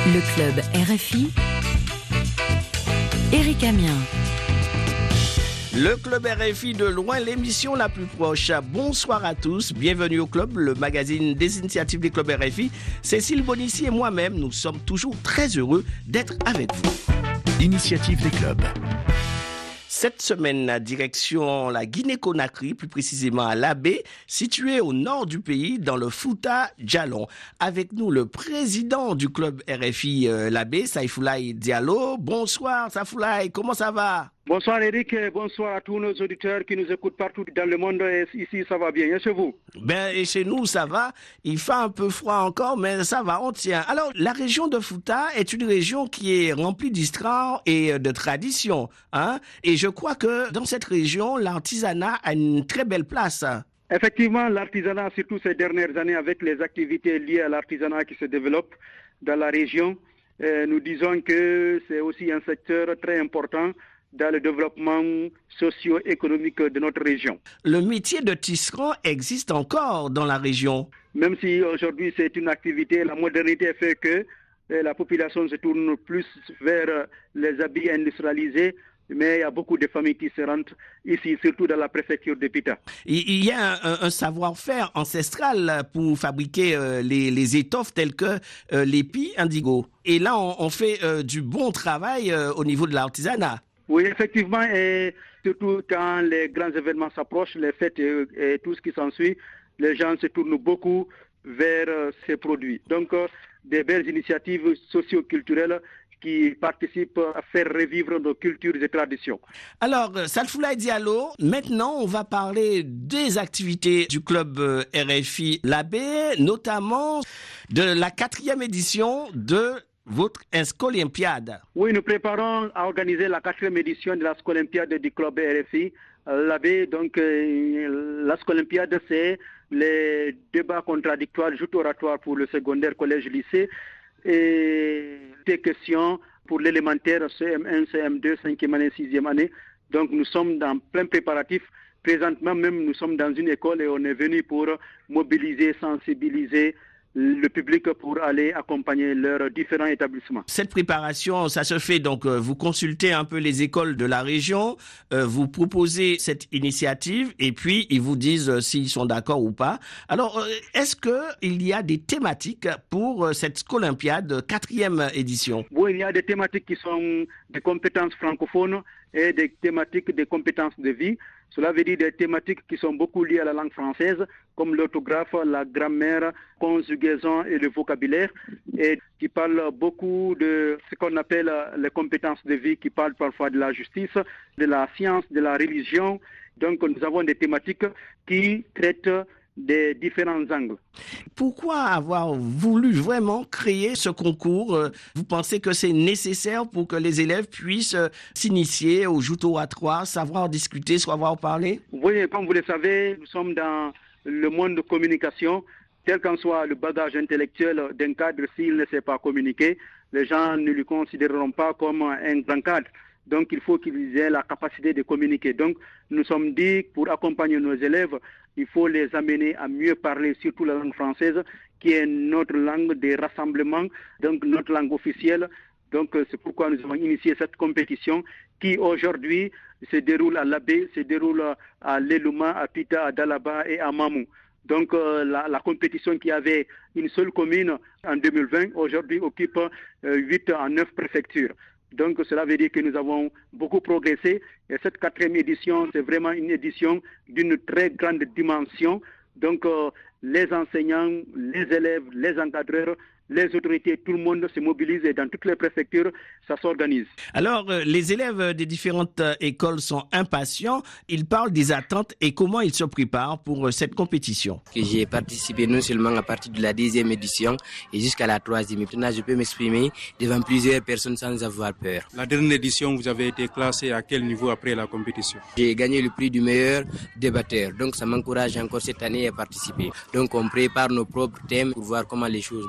Le club RFI, Éric Amiens. Le club RFI de loin, l'émission la plus proche. Bonsoir à tous, bienvenue au club, le magazine des initiatives des clubs RFI. Cécile Bonissi et moi-même, nous sommes toujours très heureux d'être avec vous. Initiative des clubs. Cette semaine, direction la Guinée-Conakry, plus précisément à Labé, située au nord du pays, dans le Fouta Djallon. Avec nous, le président du club RFI Labé, Saïfoulaye Diallo. Bonsoir Saïfoulaye, comment ça va ? Bonsoir Eric, et bonsoir à tous nos auditeurs qui nous écoutent partout dans le monde. Et ici, ça va bien. Et chez vous ? Et chez nous, ça va. Il fait un peu froid encore, mais ça va, on tient. Alors, la région de Fouta est une région qui est remplie d'histoire et de traditions. Et je crois que dans cette région, l'artisanat a une très belle place. Effectivement, l'artisanat, surtout ces dernières années, avec les activités liées à l'artisanat qui se développent dans la région, nous disons que c'est aussi un secteur très important dans le développement socio-économique de notre région. Le métier de tisserand existe encore dans la région. Même si aujourd'hui c'est une activité, la modernité fait que la population se tourne plus vers les habits industrialisés, mais il y a beaucoup de familles tisserantes ici, surtout dans la préfecture de Pita. Il y a un savoir-faire ancestral pour fabriquer les étoffes telles que l'épi indigo. Et là, on fait du bon travail au niveau de l'artisanat. Oui, effectivement, et surtout quand les grands événements s'approchent, les fêtes et tout ce qui s'ensuit, les gens se tournent beaucoup vers ces produits. Donc, des belles initiatives socio-culturelles qui participent à faire revivre nos cultures et traditions. Alors, Saïfoulaye Diallo, maintenant on va parler des activités du club RFI Labé, notamment de la 4e édition de votre Escolympiade. Oui, nous préparons à organiser la 4e édition de la Escolympiade du club RFI Labé. Donc, la Escolympiade, c'est les débats contradictoires, joutes oratoires pour le secondaire, collège, lycée, et des questions pour l'élémentaire CM1, CM2, 5e année, 6e année. Donc, nous sommes dans plein préparatif. Présentement, même, nous sommes dans une école et on est venu pour mobiliser, sensibiliser le public pour aller accompagner leurs différents établissements. Cette préparation, ça se fait donc, vous consultez un peu les écoles de la région, vous proposez cette initiative et puis ils vous disent s'ils sont d'accord ou pas. Alors, est-ce qu'il y a des thématiques pour cette Escolympiade 4e édition ? Oui, il y a des thématiques qui sont des compétences francophones et des thématiques des compétences de vie. Cela veut dire des thématiques qui sont beaucoup liées à la langue française, comme l'orthographe, la grammaire, conjugaison et le vocabulaire, et qui parlent beaucoup de ce qu'on appelle les compétences de vie, qui parlent parfois de la justice, de la science, de la religion. Donc nous avons des thématiques qui traitent des différents angles. Pourquoi avoir voulu vraiment créer ce concours ? Vous pensez que c'est nécessaire pour que les élèves puissent s'initier aux joutes oratoires, savoir discuter, savoir parler ? Oui, comme vous le savez, nous sommes dans le monde de communication. Quel qu'en soit le bagage intellectuel d'un cadre, s'il ne sait pas communiquer, les gens ne le considéreront pas comme un grand cadre. Donc, il faut qu'ils aient la capacité de communiquer. Donc, nous sommes dit, pour accompagner nos élèves, il faut les amener à mieux parler, surtout la langue française, qui est notre langue des rassemblements, donc notre langue officielle. Donc, c'est pourquoi nous avons initié cette compétition qui, aujourd'hui, se déroule à Labé, se déroule à Lelouma, à Pita, à Dalaba et à Mamou. Donc, la compétition qui avait une seule commune en 2020, aujourd'hui occupe 8 en 9 préfectures. Donc, cela veut dire que nous avons beaucoup progressé. Et cette 4e édition, c'est vraiment une édition d'une très grande dimension. Donc, les enseignants, les élèves, les encadreurs, les autorités, tout le monde se mobilise et dans toutes les préfectures, ça s'organise. Alors, les élèves des différentes écoles sont impatients. Ils parlent des attentes et comment ils se préparent pour cette compétition. J'ai participé non seulement à partir de la 2e édition et jusqu'à la 3e. Maintenant, je peux m'exprimer devant plusieurs personnes sans avoir peur. La dernière édition, vous avez été classé à quel niveau après la compétition ? J'ai gagné le prix du meilleur débatteur. Donc, ça m'encourage encore cette année à participer. Donc, on prépare nos propres thèmes pour voir comment les choses marchent.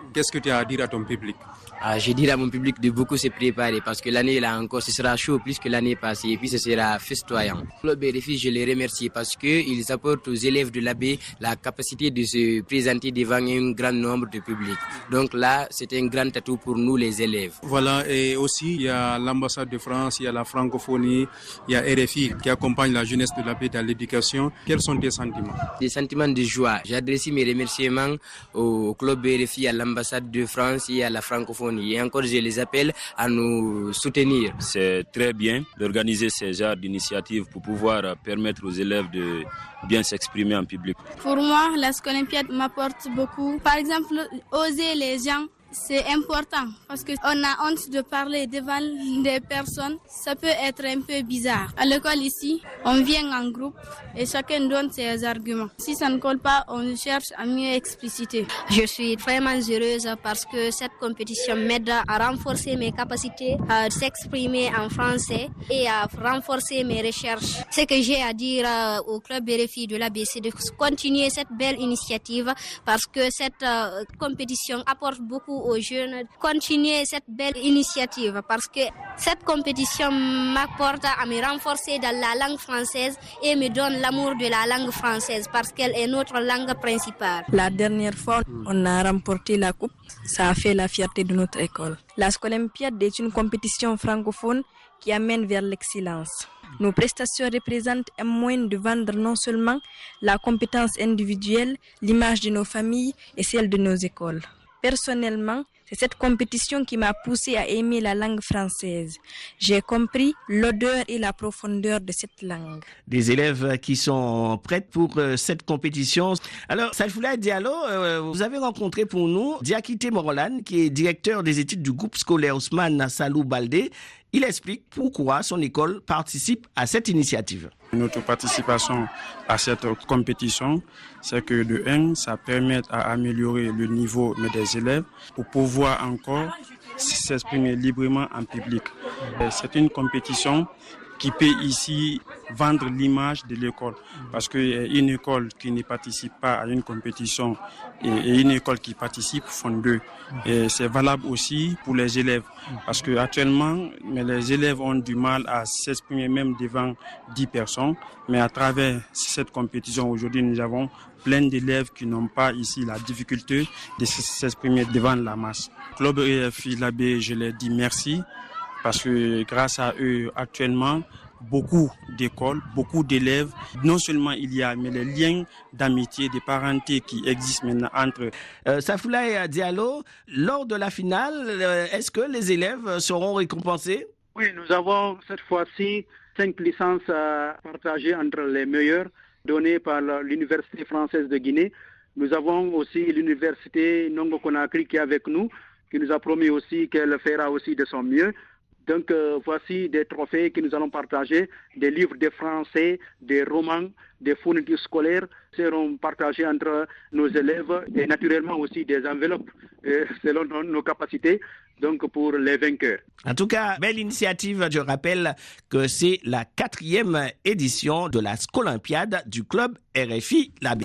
Qu'est-ce que tu as à dire à ton public? Je dirais à mon public de beaucoup se préparer parce que l'année là encore, ce sera chaud plus que l'année passée et puis ce sera festoyant. Le Club RFI, je les remercie parce qu'ils apportent aux élèves de l'AB la capacité de se présenter devant un grand nombre de publics. Donc là, c'est un grand atout pour nous les élèves. Voilà, et aussi il y a l'ambassade de France, il y a la francophonie, il y a RFI qui accompagne la jeunesse de l'AB dans l'éducation. Quels sont tes sentiments? Des sentiments de joie. J'adresse mes remerciements au Club RFI, à l'ambassade de France et à la francophonie. Et encore, je les appelle à nous soutenir. C'est très bien d'organiser ces genres d'initiatives pour pouvoir permettre aux élèves de bien s'exprimer en public. Pour moi, la Scolympiade m'apporte beaucoup. Par exemple, oser les gens, c'est important parce qu'on a honte de parler devant des personnes. Ça peut être un peu bizarre. À l'école ici, on vient en groupe et chacun donne ses arguments. Si ça ne colle pas, on cherche à mieux expliciter. Je suis vraiment heureuse parce que cette compétition m'aide à renforcer mes capacités à s'exprimer en français et à renforcer mes recherches. Ce que j'ai à dire au club RFI de l'AB, c'est de continuer cette belle initiative parce que cette compétition apporte beaucoup aux jeunes. Continuer cette belle initiative parce que cette compétition m'apporte à me renforcer dans la langue française et me donne l'amour de la langue française parce qu'elle est notre langue principale. La dernière fois, on a remporté la coupe. Ça a fait la fierté de notre école. La Scolympiade est une compétition francophone qui amène vers l'excellence. Nos prestations représentent un moyen de vendre non seulement la compétence individuelle, l'image de nos familles et celle de nos écoles. Personnellement, c'est cette compétition qui m'a poussé à aimer la langue française. J'ai compris l'odeur et la profondeur de cette langue. Des élèves qui sont prêts pour cette compétition. Alors, Saïfoulaye Diallo, vous avez rencontré pour nous Diakité Morolan, qui est directeur des études du groupe scolaire Ousmane Salou Baldé. Il explique pourquoi son école participe à cette initiative. Notre participation à cette compétition, c'est que de 1, ça permet à améliorer le niveau des élèves pour pouvoir encore s'exprimer librement en public. C'est une compétition qui peut ici vendre l'image de l'école. Parce qu'une école qui ne participe pas à une compétition et une école qui participe font deux. Et c'est valable aussi pour les élèves. Parce qu'actuellement, les élèves ont du mal à s'exprimer même devant 10 personnes. Mais à travers cette compétition, aujourd'hui, nous avons plein d'élèves qui n'ont pas ici la difficulté de s'exprimer devant la masse. Club RFI l'AB, je leur dis merci. Parce que grâce à eux, actuellement, beaucoup d'écoles, beaucoup d'élèves, non seulement il y a, mais les liens d'amitié, de parenté qui existent maintenant entre... Saïfoulaye Diallo, lors de la finale, est-ce que les élèves seront récompensés? Oui, nous avons cette fois-ci 5 licences partagées entre les meilleurs, données par l'Université française de Guinée. Nous avons aussi l'Université Nongo Conakry qui est avec nous, qui nous a promis aussi qu'elle fera aussi de son mieux. Donc voici des trophées que nous allons partager, des livres de français, des romans, des fournitures scolaires seront partagés entre nos élèves et naturellement aussi des enveloppes selon nos capacités, donc pour les vainqueurs. En tout cas, belle initiative. Je rappelle que c'est la 4e édition de la Scolympiade du club RFI l'AB.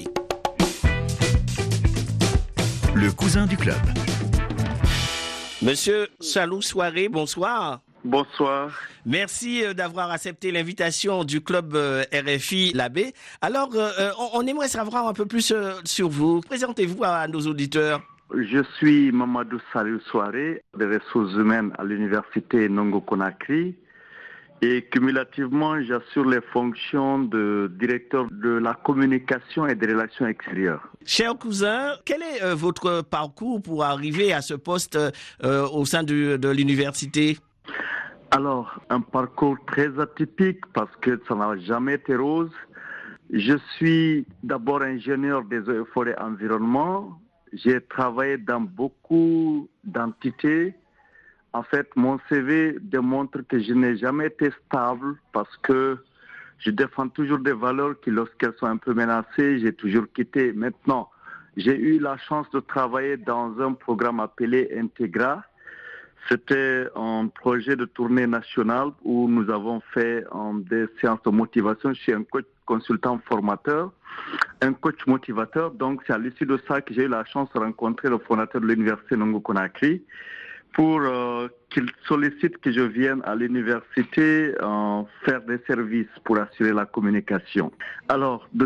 Le cousin du club. Monsieur Salou Souaré, bonsoir. Bonsoir. Merci d'avoir accepté l'invitation du club RFI l'AB. Alors, on aimerait savoir un peu plus sur vous. Présentez-vous à nos auditeurs. Je suis Mamadou Salou Souaré, des ressources humaines à l'université Nongo Conakry. Et cumulativement, j'assure les fonctions de directeur de la communication et des relations extérieures. Cher cousin, quel est votre parcours pour arriver à ce poste au sein de l'université? Alors, un parcours très atypique parce que ça n'a jamais été rose. Je suis d'abord ingénieur des eaux et forêts environnement. J'ai travaillé dans beaucoup d'entités. En fait, mon CV démontre que je n'ai jamais été stable parce que je défends toujours des valeurs qui, lorsqu'elles sont un peu menacées, j'ai toujours quitté. Maintenant, j'ai eu la chance de travailler dans un programme appelé Integra. C'était un projet de tournée nationale où nous avons fait des séances de motivation chez un coach consultant formateur, un coach motivateur. Donc, c'est à l'issue de ça que j'ai eu la chance de rencontrer le fondateur de l'université Nongo Conakry pour qu'il sollicite que je vienne à l'université faire des services pour assurer la communication. Alors, de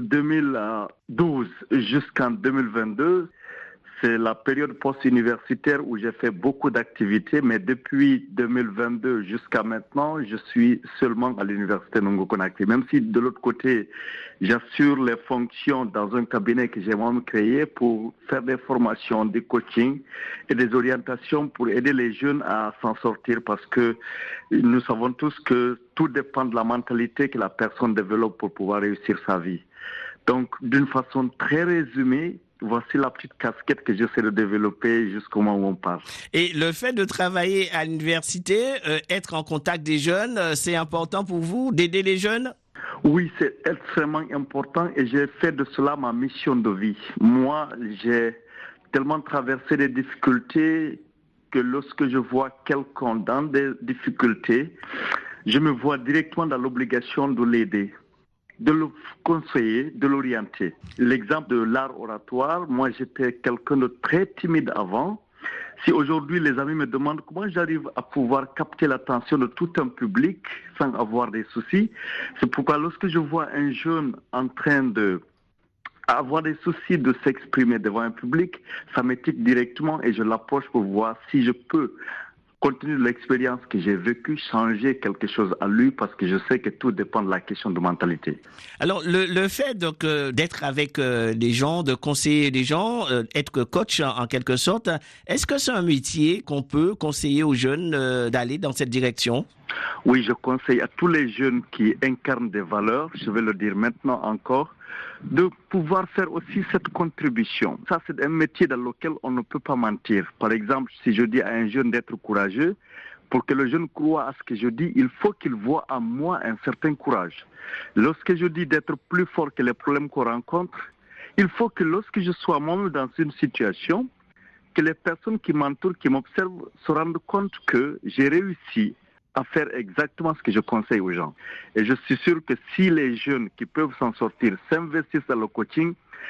2012 jusqu'en 2022, c'est la période post-universitaire où j'ai fait beaucoup d'activités, mais depuis 2022 jusqu'à maintenant, je suis seulement à l'université Nongo Conakry. Même si de l'autre côté, j'assure les fonctions dans un cabinet que j'ai moi-même créé pour faire des formations, des coachings et des orientations pour aider les jeunes à s'en sortir, parce que nous savons tous que tout dépend de la mentalité que la personne développe pour pouvoir réussir sa vie. Donc, d'une façon très résumée, voici la petite casquette que j'essaie de développer jusqu'au moment où on parle. Et le fait de travailler à l'université, être en contact des jeunes, c'est important pour vous d'aider les jeunes? Oui, c'est extrêmement important et j'ai fait de cela ma mission de vie. Moi, j'ai tellement traversé des difficultés que lorsque je vois quelqu'un dans des difficultés, je me vois directement dans l'obligation de l'aider, de le conseiller, de l'orienter. L'exemple de l'art oratoire, moi j'étais quelqu'un de très timide avant. Si aujourd'hui les amis me demandent comment j'arrive à pouvoir capter l'attention de tout un public sans avoir des soucis, c'est pourquoi lorsque je vois un jeune en train de avoir des soucis de s'exprimer devant un public, ça m'étique directement et je l'approche pour voir si je peux, compte tenu de l'expérience que j'ai vécue, changer quelque chose à lui, parce que je sais que tout dépend de la question de mentalité. Alors, le fait donc d'être avec des gens, de conseiller des gens, être coach en quelque sorte, est-ce que c'est un métier qu'on peut conseiller aux jeunes d'aller dans cette direction? Oui, je conseille à tous les jeunes qui incarnent des valeurs, je vais le dire maintenant encore, de pouvoir faire aussi cette contribution. Ça, c'est un métier dans lequel on ne peut pas mentir. Par exemple, si je dis à un jeune d'être courageux, pour que le jeune croie à ce que je dis, il faut qu'il voie en moi un certain courage. Lorsque je dis d'être plus fort que les problèmes qu'on rencontre, il faut que lorsque je sois moi-même dans une situation, que les personnes qui m'entourent, qui m'observent, se rendent compte que j'ai réussi à faire exactement ce que je conseille aux gens. Et je suis sûr que si les jeunes qui peuvent s'en sortir s'investissent dans le coaching,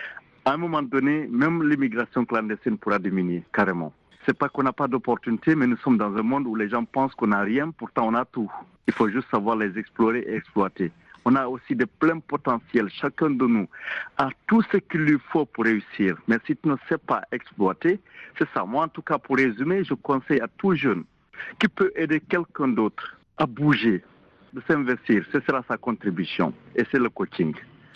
à un moment donné, même l'immigration clandestine pourra diminuer, carrément. C'est pas qu'on n'a pas d'opportunités, mais nous sommes dans un monde où les gens pensent qu'on n'a rien, pourtant on a tout. Il faut juste savoir les explorer et exploiter. On a aussi de pleins potentiels, chacun de nous a tout ce qu'il lui faut pour réussir. Mais si tu ne sais pas exploiter, c'est ça. Moi, en tout cas, pour résumer, je conseille à tout jeune qui peut aider quelqu'un d'autre à bouger, de s'investir. Ce sera sa contribution. Et c'est le coaching.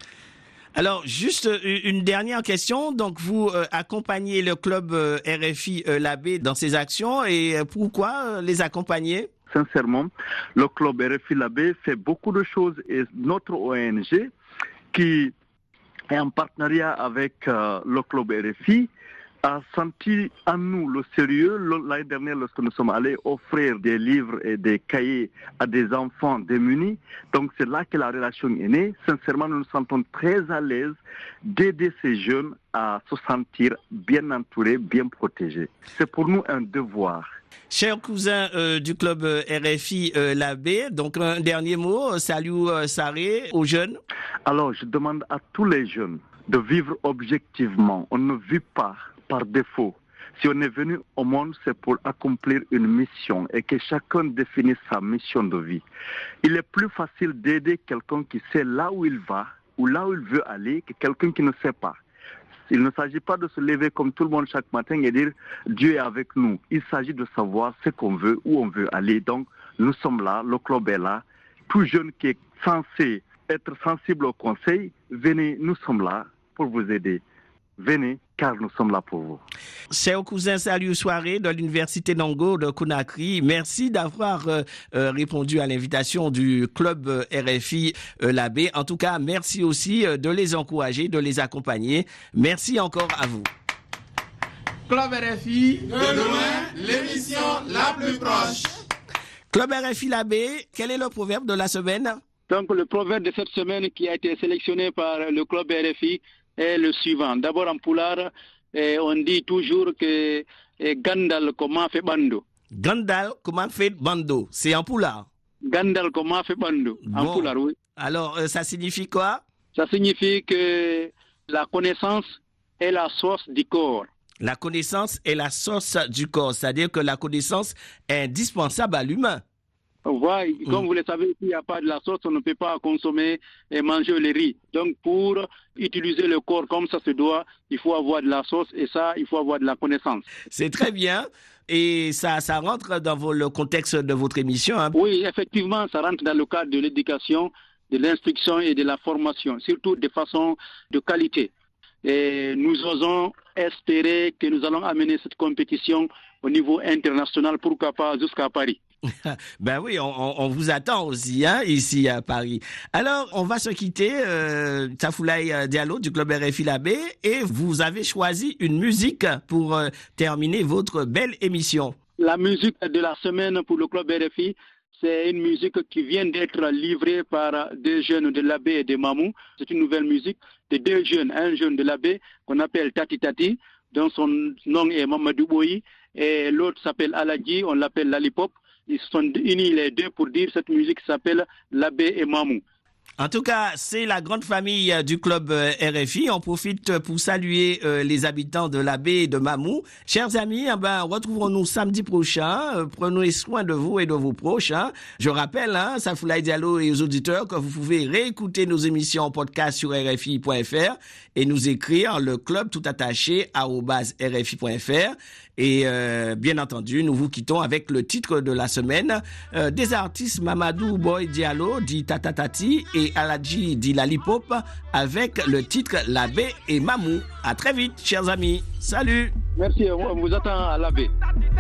Alors, juste une dernière question. Donc, vous accompagnez le club RFI Labé dans ses actions. Et pourquoi les accompagner? Sincèrement, le club RFI Labé fait beaucoup de choses. Et notre ONG, qui est en partenariat avec le club RFI, a senti en nous le sérieux. L'année dernière, lorsque nous sommes allés offrir des livres et des cahiers à des enfants démunis, donc c'est là que la relation est née. Sincèrement, nous nous sentons très à l'aise d'aider ces jeunes à se sentir bien entourés, bien protégés. C'est pour nous un devoir. Chers cousins du club RFI Labé, donc un dernier mot, Saliou Sarré, aux jeunes. Alors, je demande à tous les jeunes de vivre objectivement. On ne vit pas par défaut. Si on est venu au monde, c'est pour accomplir une mission et que chacun définisse sa mission de vie. Il est plus facile d'aider quelqu'un qui sait là où il va ou là où il veut aller que quelqu'un qui ne sait pas. Il ne s'agit pas de se lever comme tout le monde chaque matin et dire « Dieu est avec nous ». Il s'agit de savoir ce qu'on veut, où on veut aller. Donc, nous sommes là, le club est là. Tout jeune qui est censé être sensible au conseil, venez, nous sommes là pour vous aider. Venez, car nous sommes là pour vous. Cher cousin Saliou Sarré de l'Université Nongo de Conakry, merci d'avoir répondu à l'invitation du club RFI Labé. En tout cas, merci aussi de les encourager, de les accompagner. Merci encore à vous. Club RFI, de loin, l'émission la plus proche. Club RFI Labé, quel est le proverbe de la semaine? Donc, le proverbe de cette semaine qui a été sélectionné par le club RFI est le suivant. D'abord, en Pulaar, on dit toujours que Gandal comment fait bando. Gandal, comment fait bando? C'est en poulard. Gandal, comment fait bando? En poulard, oui. Alors, ça signifie quoi? Ça signifie que la connaissance est la source du corps. La connaissance est la source du corps, c'est-à-dire que la connaissance est indispensable à l'humain. Ouais, comme vous le savez, s'il n'y a pas de la sauce, on ne peut pas consommer et manger le riz. Donc, pour utiliser le corps comme ça se doit, il faut avoir de la sauce et ça, il faut avoir de la connaissance. C'est très bien. Et ça rentre dans le contexte de votre émission. Hein? Oui, effectivement, ça rentre dans le cadre de l'éducation, de l'instruction et de la formation, surtout de façon de qualité. Et nous osons espérer que nous allons amener cette compétition au niveau international, pourquoi pas jusqu'à Paris. Ben oui, on vous attend aussi ici à Paris. Alors, on va se quitter, Tafoulaye Diallo du club RFI Labé, et vous avez choisi une musique pour terminer votre belle émission. La musique de la semaine pour le club RFI, c'est une musique qui vient d'être livrée par deux jeunes de Labé et de Mamou. C'est une nouvelle musique de deux jeunes, un jeune de Labé qu'on appelle Tati Tati, dont son nom est Mamadou Boyi, et l'autre s'appelle Aladji, on l'appelle Lalipop. Ils sont unis les deux pour dire cette musique s'appelle Labé et Mamou. En tout cas, c'est la grande famille du club RFI. On profite pour saluer les habitants de Labé et de Mamou. Chers amis, retrouvons-nous samedi prochain. Prenez soin de vous et de vos proches. Je rappelle, Tafoulaye Diallo et aux auditeurs, que vous pouvez réécouter nos émissions en podcast sur rfi.fr et nous écrire le club tout attaché @rfi.fr. Et bien entendu, nous vous quittons avec le titre de la semaine des artistes Mamadou Boy Diallo, dit Tata Tati, et Aladji, dit Lalipop, avec le titre Labé et Mamou. À très vite, chers amis. Salut. Merci, on vous attend à Labé.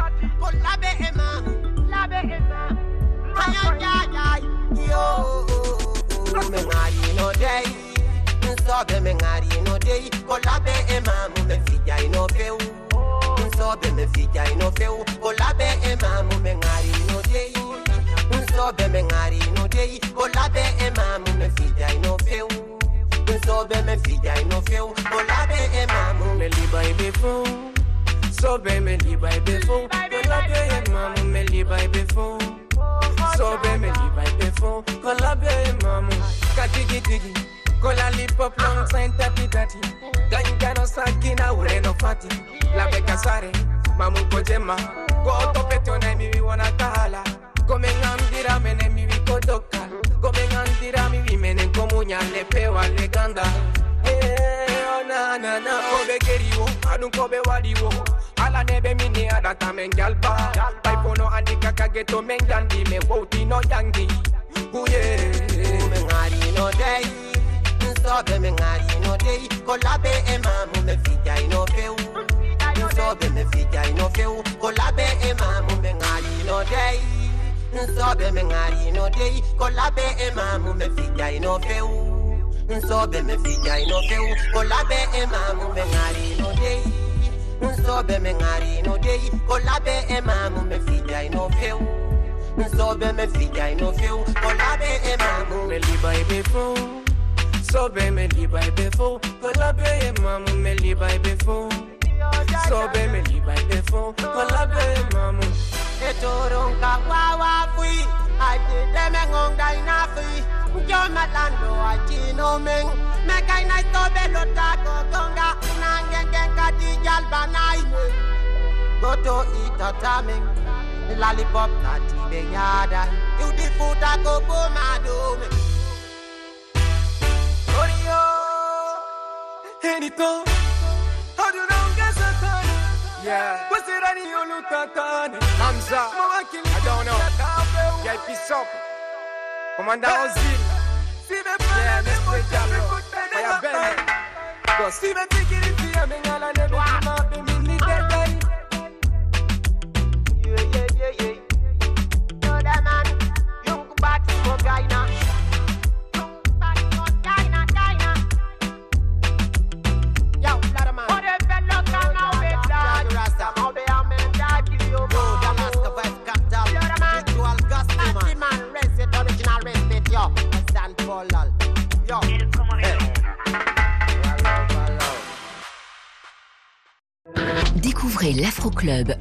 Sobe me fija ino feu, olabe e mamu me ngari no dei. Sobe me ngari no dei, olabe e mamu me fija ino feu. Sobe me fija ino feu, olabe e mamu me liba e befo. Sobe me liba e befo, olabe e mamu me liba e befo. Sobe me liba e befo, olabe e mamu. Katigi tigi, kola lipop long sign tapi tati. Ganja no sakina ure no fati. La beca sare, mamu kojema. Go to petio na mi wana kahala. Come ngandira mene mi kodoka. Come ngandira mi mene komunya le pewa le ganda. Oh na na na, kobe keriwo, adu kobe wadiwo. Ala nebe mini adata mengalba. Paipono andika kageto mengandi me woti no yangi. Uye, mengari no day. Sobe me ngari no day, kolabe e mamu me fija ino feu. Sobe me fija ino feu, kolabe e mamu me ngari no day. Sobe me ngari no day, kolabe e mamu me fija ino feu. Sobe me fija ino feu, kolabe e mamu me ngari no day. Sobe me ngari no day, kolabe e mamu me fija ino feu. Sobe me fija ino feu, kolabe e mamu me liba e befo. Sobe me liba e befo, kolabe e mamu me liba e befo. Sobe me liba e befo, kolabe e mamu. Etoronka wawa fui, aite me ngonga ina fui. Yo matando achino men, me kaina sobe lotako gonga, nangen kadi jalba naime. Goto itatamen, Lalipop tati benyada, you di futa ko pomado me. Anything, how do you know get Satan? Yeah. What's it on you look at? Hamza, I don't know. Yeah, peace up. Commander Ozil. Yeah, Mr. Jallo. Fire Bennett. Go. Steven Tigiri, Tia, Mengala, Nebu, Mimi, Nidai. Yeah. No, that man. Young Bati, Mogaina. Découvrez l'Afro Club